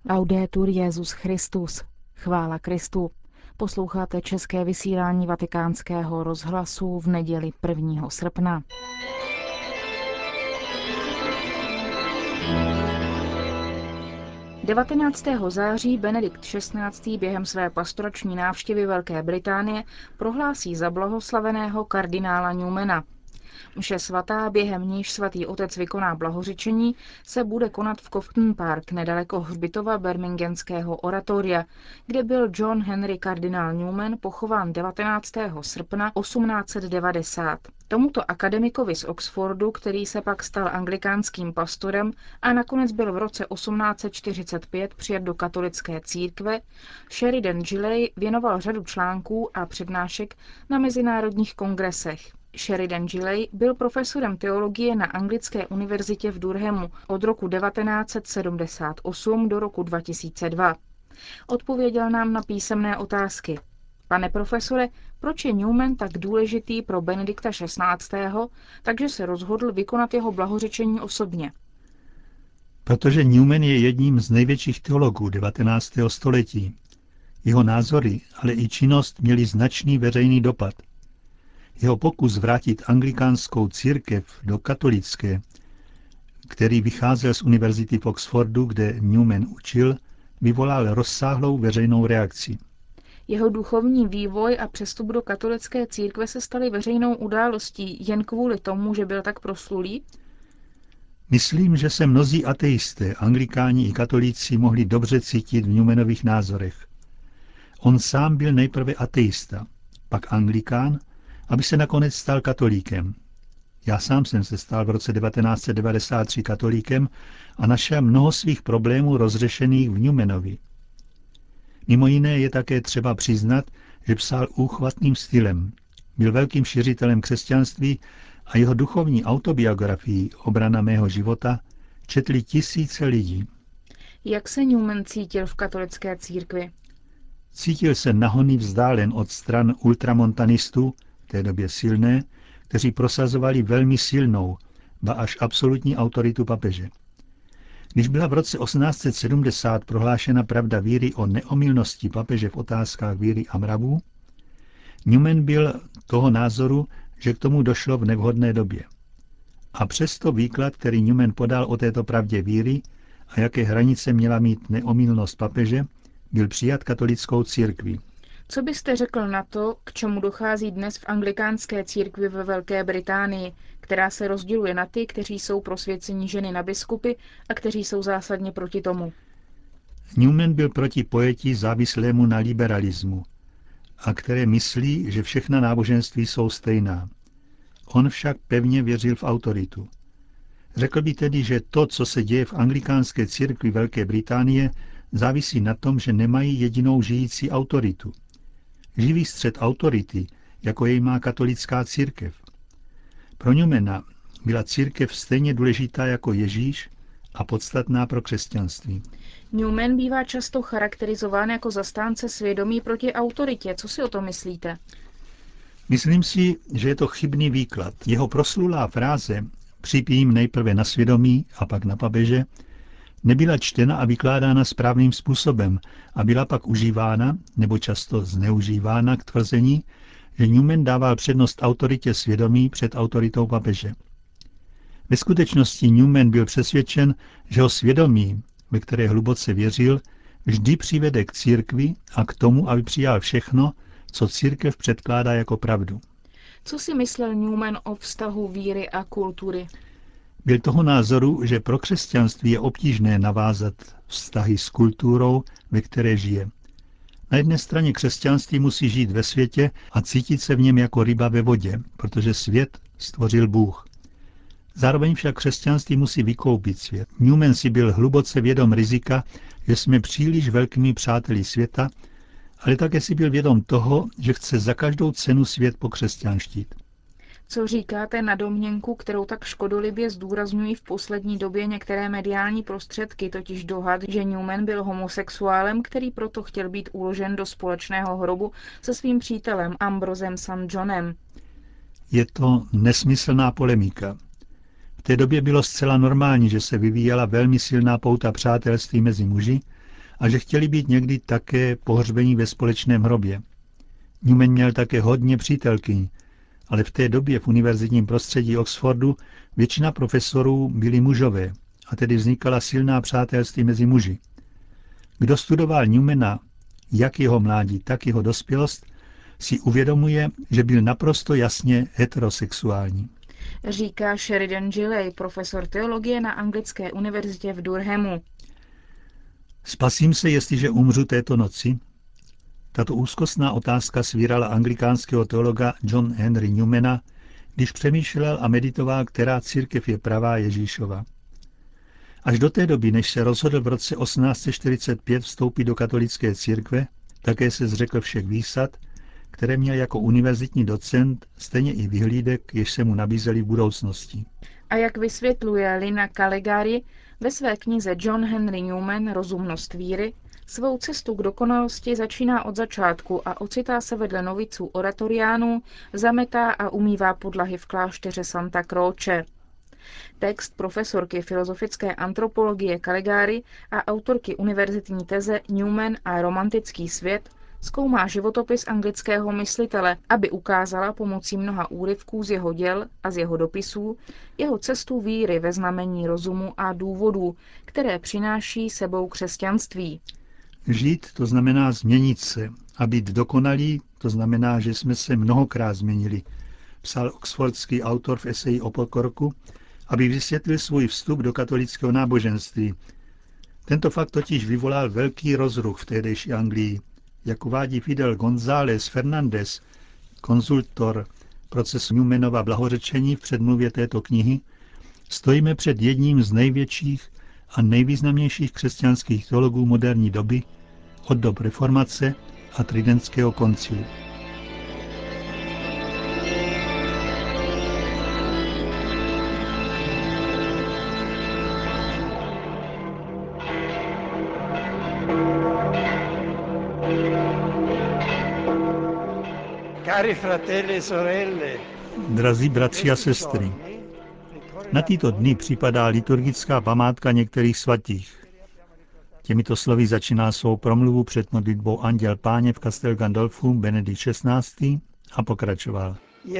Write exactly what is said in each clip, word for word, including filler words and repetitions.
Laudetur Jesus Christus. Chvála Kristu. Posloucháte české vysílání Vatikánského rozhlasu v neděli prvního srpna. devatenáctého září Benedikt šestnáctý. během své pastorační návštěvy Velké Británie prohlásí za blahoslaveného kardinála Newmana. Mše svatá, během níž svatý otec vykoná blahořečení, se bude konat v Cofton Park nedaleko hřbitova birminghamského oratoria, kde byl John Henry kardinál Newman pochován devatenáctého srpna osmnáct set devadesát. Tomuto akademikovi z Oxfordu, který se pak stal anglikánským pastorem a nakonec byl v roce osmnáct set čtyřicet pět přijat do katolické církve, Sheridan Gilley věnoval řadu článků a přednášek na mezinárodních kongresech. Sheridan Gilley byl profesorem teologie na Anglické univerzitě v Durhamu od roku devatenáct set sedmdesát osm do roku dva tisíce dva. Odpověděl nám na písemné otázky. Pane profesore, proč je Newman tak důležitý pro Benedikta šestnáctého., takže se rozhodl vykonat jeho blahořečení osobně? Protože Newman je jedním z největších teologů devatenáctého století. Jeho názory, ale i činnost měly značný veřejný dopad. Jeho pokus vrátit anglikánskou církev do katolické, který vycházel z univerzity v Oxfordu, kde Newman učil, vyvolal rozsáhlou veřejnou reakci. Jeho duchovní vývoj a přestup do katolické církve se staly veřejnou událostí jen kvůli tomu, že byl tak proslulý? Myslím, že se mnozí ateisté, anglikáni i katolíci mohli dobře cítit v Newmanových názorech. On sám byl nejprve ateista, pak anglikán, aby se nakonec stal katolíkem. Já sám jsem se stal v roce devatenáct set devadesát tři katolíkem a našel mnoho svých problémů rozřešených v Newmanovi. Mimo jiné je také třeba přiznat, že psal úchvatným stylem. Byl velkým šiřitelem křesťanství a jeho duchovní autobiografii Obrana mého života četli tisíce lidí. Jak se Newman cítil v katolické církvi? Cítil se nahony vzdálen od stran ultramontanistů, v té době silné, kteří prosazovali velmi silnou, ba až absolutní autoritu papeže. Když byla v roce osmnáct set sedmdesát prohlášena pravda víry o neomylnosti papeže v otázkách víry a mravů, Newman byl toho názoru, že k tomu došlo v nevhodné době. A přesto výklad, který Newman podal o této pravdě víry a jaké hranice měla mít neomylnost papeže, byl přijat katolickou církví. Co byste řekl na to, k čemu dochází dnes v anglikánské církvi ve Velké Británii, která se rozděluje na ty, kteří jsou pro svěcení ženy na biskupy a kteří jsou zásadně proti tomu? Newman byl proti pojetí závislému na liberalismu, a které myslí, že všechna náboženství jsou stejná. On však pevně věřil v autoritu. Řekl by tedy, že to, co se děje v anglikánské církvi Velké Británie, závisí na tom, že nemají jedinou žijící autoritu. Živý střed autority, jako jej má katolická církev. Pro Newmana byla církev stejně důležitá jako Ježíš a podstatná pro křesťanství. Newman bývá často charakterizován jako zastánce svědomí proti autoritě. Co si o tom myslíte? Myslím si, že je to chybný výklad. Jeho proslulá fráze "připijím nejprve na svědomí a pak na papeže" nebyla čtena a vykládána správným způsobem a byla pak užívána, nebo často zneužívána k tvrzení, že Newman dával přednost autoritě svědomí před autoritou papeže. Ve skutečnosti Newman byl přesvědčen, že ho svědomí, ve které hluboce věřil, vždy přivede k církvi a k tomu, aby přijal všechno, co církev předkládá jako pravdu. Co si myslel Newman o vztahu víry a kultury? Byl toho názoru, že pro křesťanství je obtížné navázat vztahy s kulturou, ve které žije. Na jedné straně křesťanství musí žít ve světě a cítit se v něm jako ryba ve vodě, protože svět stvořil Bůh. Zároveň však křesťanství musí vykoupit svět. Newman si byl hluboce vědom rizika, že jsme příliš velkými přáteli světa, ale také si byl vědom toho, že chce za každou cenu svět pokřesťanštit. Co říkáte na domněnku, kterou tak škodolibě zdůrazňují v poslední době některé mediální prostředky, totiž dohad, že Newman byl homosexuálem, který proto chtěl být uložen do společného hrobu se svým přítelem Ambrosem Saint Johnem? Je to nesmyslná polemika. V té době bylo zcela normální, že se vyvíjela velmi silná pouta přátelství mezi muži a že chtěli být někdy také pohřbení ve společném hrobě. Newman měl také hodně přítelkyň, ale v té době v univerzitním prostředí Oxfordu většina profesorů byli mužové a tedy vznikala silná přátelství mezi muži. Kdo studoval Newmana, jak jeho mládí, tak jeho dospělost, si uvědomuje, že byl naprosto jasně heterosexuální. Říká Sheridan Gilley, profesor teologie na Anglické univerzitě v Durhamu. Spasím se, jestliže umřu této noci? Tato úzkostná otázka svírala anglikánského teologa John Henry Newmana, když přemýšlel a meditoval, která církev je pravá Ježíšova. Až do té doby, než se rozhodl v roce osmnáct set čtyřicet pět vstoupit do katolické církve, také se zřekl všech výsad, které měl jako univerzitní docent, stejně i vyhlídek, jež se mu nabízely v budoucnosti. A jak vysvětluje Lina Calegari ve své knize John Henry Newman Rozumnost víry, svou cestu k dokonalosti začíná od začátku a ocitá se vedle noviců oratoriánů, zametá a umývá podlahy v klášteře Santa Croce. Text profesorky filozofické antropologie Calegari a autorky univerzitní teze Newman a romantický svět zkoumá životopis anglického myslitele, aby ukázala pomocí mnoha úryvků z jeho děl a z jeho dopisů jeho cestu víry ve znamení rozumu a důvodů, které přináší sebou křesťanství. Žít to znamená změnit se a být dokonalý to znamená, že jsme se mnohokrát změnili, psal oxfordský autor v eseji o pokroku, aby vysvětlil svůj vstup do katolického náboženství. Tento fakt totiž vyvolal velký rozruch v tehdejší Anglii. Jak uvádí Fidel González Fernández, konzultor procesu Newmanova blahořečení v předmluvě této knihy, stojíme před jedním z největších a nejvýznamnějších křesťanských teologů moderní doby od dob reformace a Tridentského koncilu. Drazí bratři a sestry, na tyto dny připadá liturgická památka některých svatých. Těmito slovy začíná svou promluvu před modlitbou Anděl Páně v Castel Gandolfu Benedikt šestnáctý. a pokračoval.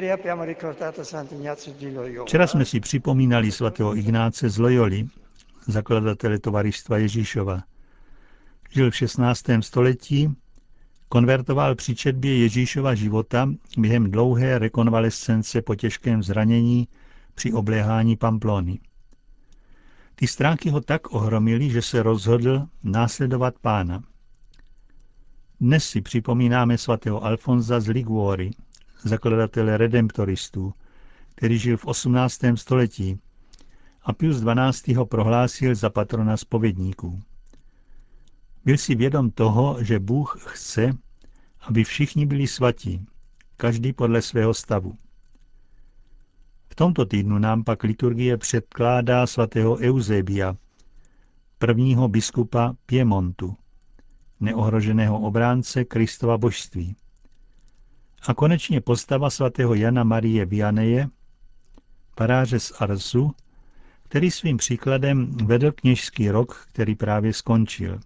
Včera jsme si připomínali svatého Ignáce z Loyoli, zakladatele Tovaristva Ježíšova. Žil v šestnáctém století, konvertoval při četbě Ježíšova života během dlouhé rekonvalescence po těžkém zranění při obléhání Pamplony. Ty stránky ho tak ohromily, že se rozhodl následovat Pána. Dnes si připomínáme svatého Alfonza z Liguory, zakladatele redemptoristů, který žil v osmnáctém století a Pius dvanáctý. Ho prohlásil za patrona zpovědníků. Byl si vědom toho, že Bůh chce, aby všichni byli svatí, každý podle svého stavu. V tomto týdnu nám pak liturgie předkládá svatého Eusebia, prvního biskupa Piemontu, neohroženého obránce Kristova božství. A konečně postava svatého Jana Marie Vianeje, faráře z Arsu, který svým příkladem vedl kněžský rok, který právě skončil.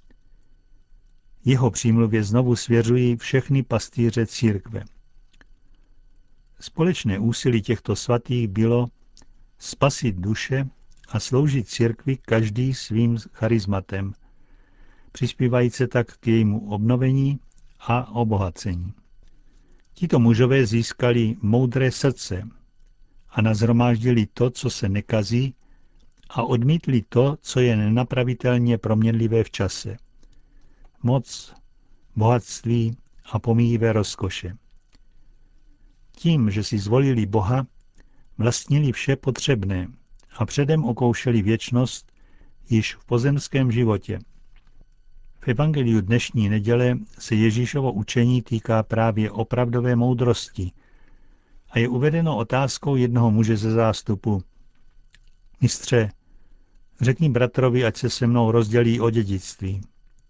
Jeho přímluvě znovu svěřují všechny pastýře církve. Společné úsilí těchto svatých bylo spasit duše a sloužit církvi každý svým charizmatem, přispívající tak k jejímu obnovení a obohacení. Tito mužové získali moudré srdce a nazhromáždili to, co se nekazí, a odmítli to, co je nenapravitelně proměnlivé v čase. Moc, bohatství a pomíjivé rozkoše. Tím, že si zvolili Boha, vlastnili vše potřebné a předem okoušeli věčnost již v pozemském životě. V evangeliu dnešní neděle se Ježíšovo učení týká právě opravdové moudrosti a je uvedeno otázkou jednoho muže ze zástupu. Mistře, řekni bratrovi, ať se se mnou rozdělí o dědictví.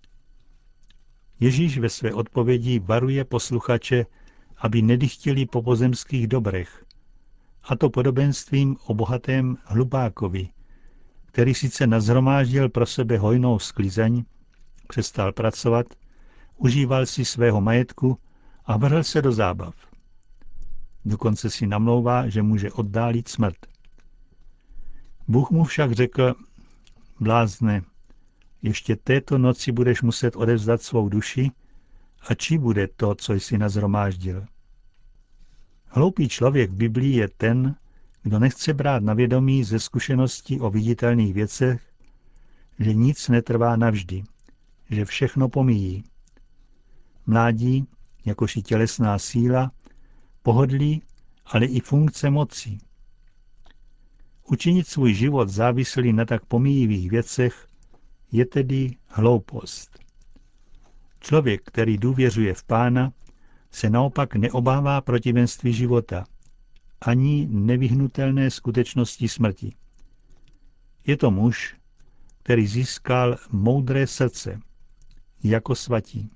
Ježíš ve své odpovědi varuje posluchače, aby nedychtili po pozemských dobrech, a to podobenstvím o bohatém hlupákovi, který sice nazhromáždil pro sebe hojnou sklizeň, Přestal pracovat, užíval si svého majetku a vrhl se do zábav. Dokonce si namlouvá, že může oddálit smrt. Bůh mu však řekl: blázne, ještě této noci budeš muset odevzdat svou duši, a čí bude to, co jsi nazhromáždil? Hloupý člověk v Biblii je ten, kdo nechce brát na vědomí ze zkušeností o viditelných věcech, že nic netrvá navždy, že všechno pomíjí. Mládí, jakož i tělesná síla, pohodlí, ale i funkce moci. Učinit svůj život závislý na tak pomíjivých věcech je tedy hloupost. Člověk, který důvěřuje v Pána, se naopak neobává protivenství života, ani nevyhnutelné skutečnosti smrti. Je to muž, který získal moudré srdce, jako svatí.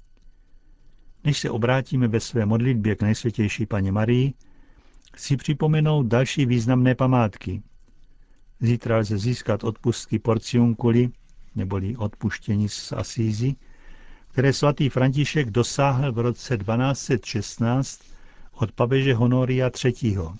Než se obrátíme ve své modlitbě k Nejsvětější Panně Marii, si připomenout další významné památky. Zítra lze získat odpustky porciunculi, neboli odpuštění z Asízy, které svatý František dosáhl v roce dvanáct set šestnáct od papeže Honoria třetího.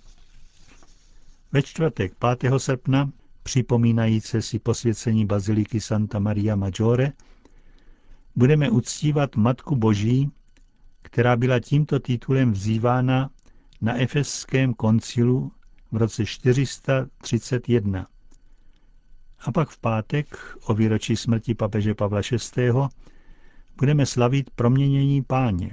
Ve čtvrtek pátého srpna, připomínající si posvěcení baziliky Santa Maria Maggiore, budeme uctívat Matku Boží, která byla tímto titulem vzývána na Efeském koncilu v roce čtyři sta třicet jedna. A pak v pátek o výročí smrti papeže Pavla šestého. budeme slavit proměnění Páně.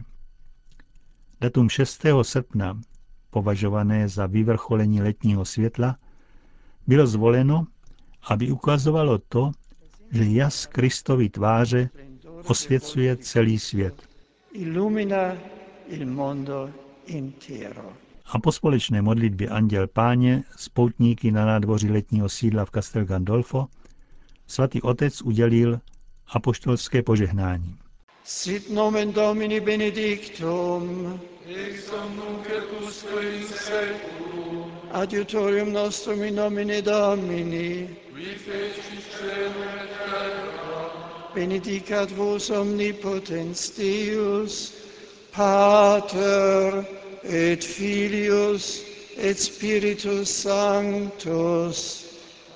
Datum šestého srpna, považované za vyvrcholení letního světla, bylo zvoleno, aby ukazovalo to, že jas Kristovy tváře osvěcuje celý svět. A po společné modlitbě Anděl Páně s poutníky na nádvoří letního sídla v Castel Gandolfo svatý otec udělil apoštolské požehnání. Sit nomen Domini benedictum, ex hoc nunc et usque in seculum, adiutorium nostrum in nomine Domini, qui fecit caelum et terra, benedicat vos omnipotens Deus, Pater et Filius et Spiritus Sanctus.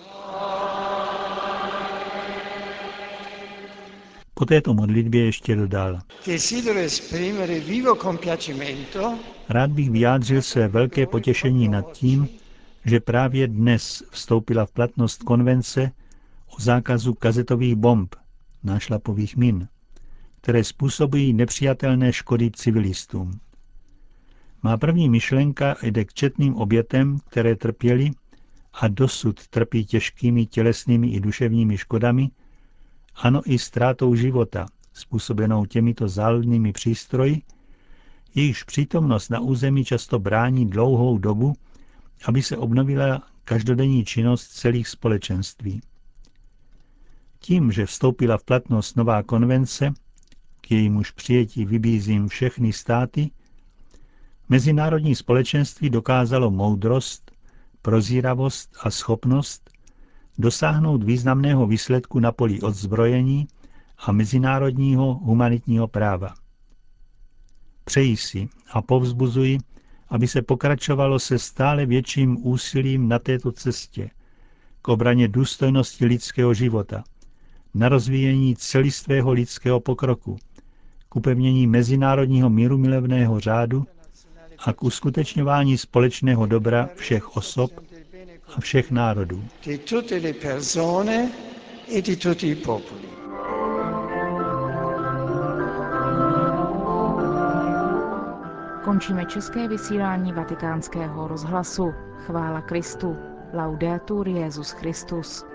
Po této modlitbě ještě dodal: rád bych vyjádřil své velké potěšení nad tím, že právě dnes vstoupila v platnost konvence o zákazu kazetových bomb, nášlapových min, které způsobují nepřijatelné škody civilistům. Má první myšlenka jde k četným obětem, které trpěly a dosud trpí těžkými tělesnými i duševními škodami, ano i ztrátou života, způsobenou těmito záludnými přístroji, jejichž přítomnost na území často brání dlouhou dobu, aby se obnovila každodenní činnost celých společenství. Tím, že vstoupila v platnost nová konvence, k jejímuž přijetí vybízím všechny státy, mezinárodní společenství dokázalo moudrost, prozíravost a schopnost dosáhnout významného výsledku na poli odzbrojení a mezinárodního humanitního práva. Přeji si a povzbuzuji, aby se pokračovalo se stále větším úsilím na této cestě k obraně důstojnosti lidského života, na rozvíjení celistvého lidského pokroku, k upevnění mezinárodního mírumilovného řádu a k uskutečňování společného dobra všech osob a všech národů. Končíme české vysílání Vatikánského rozhlasu. Chvála Kristu. Laudetur Jesus Christus.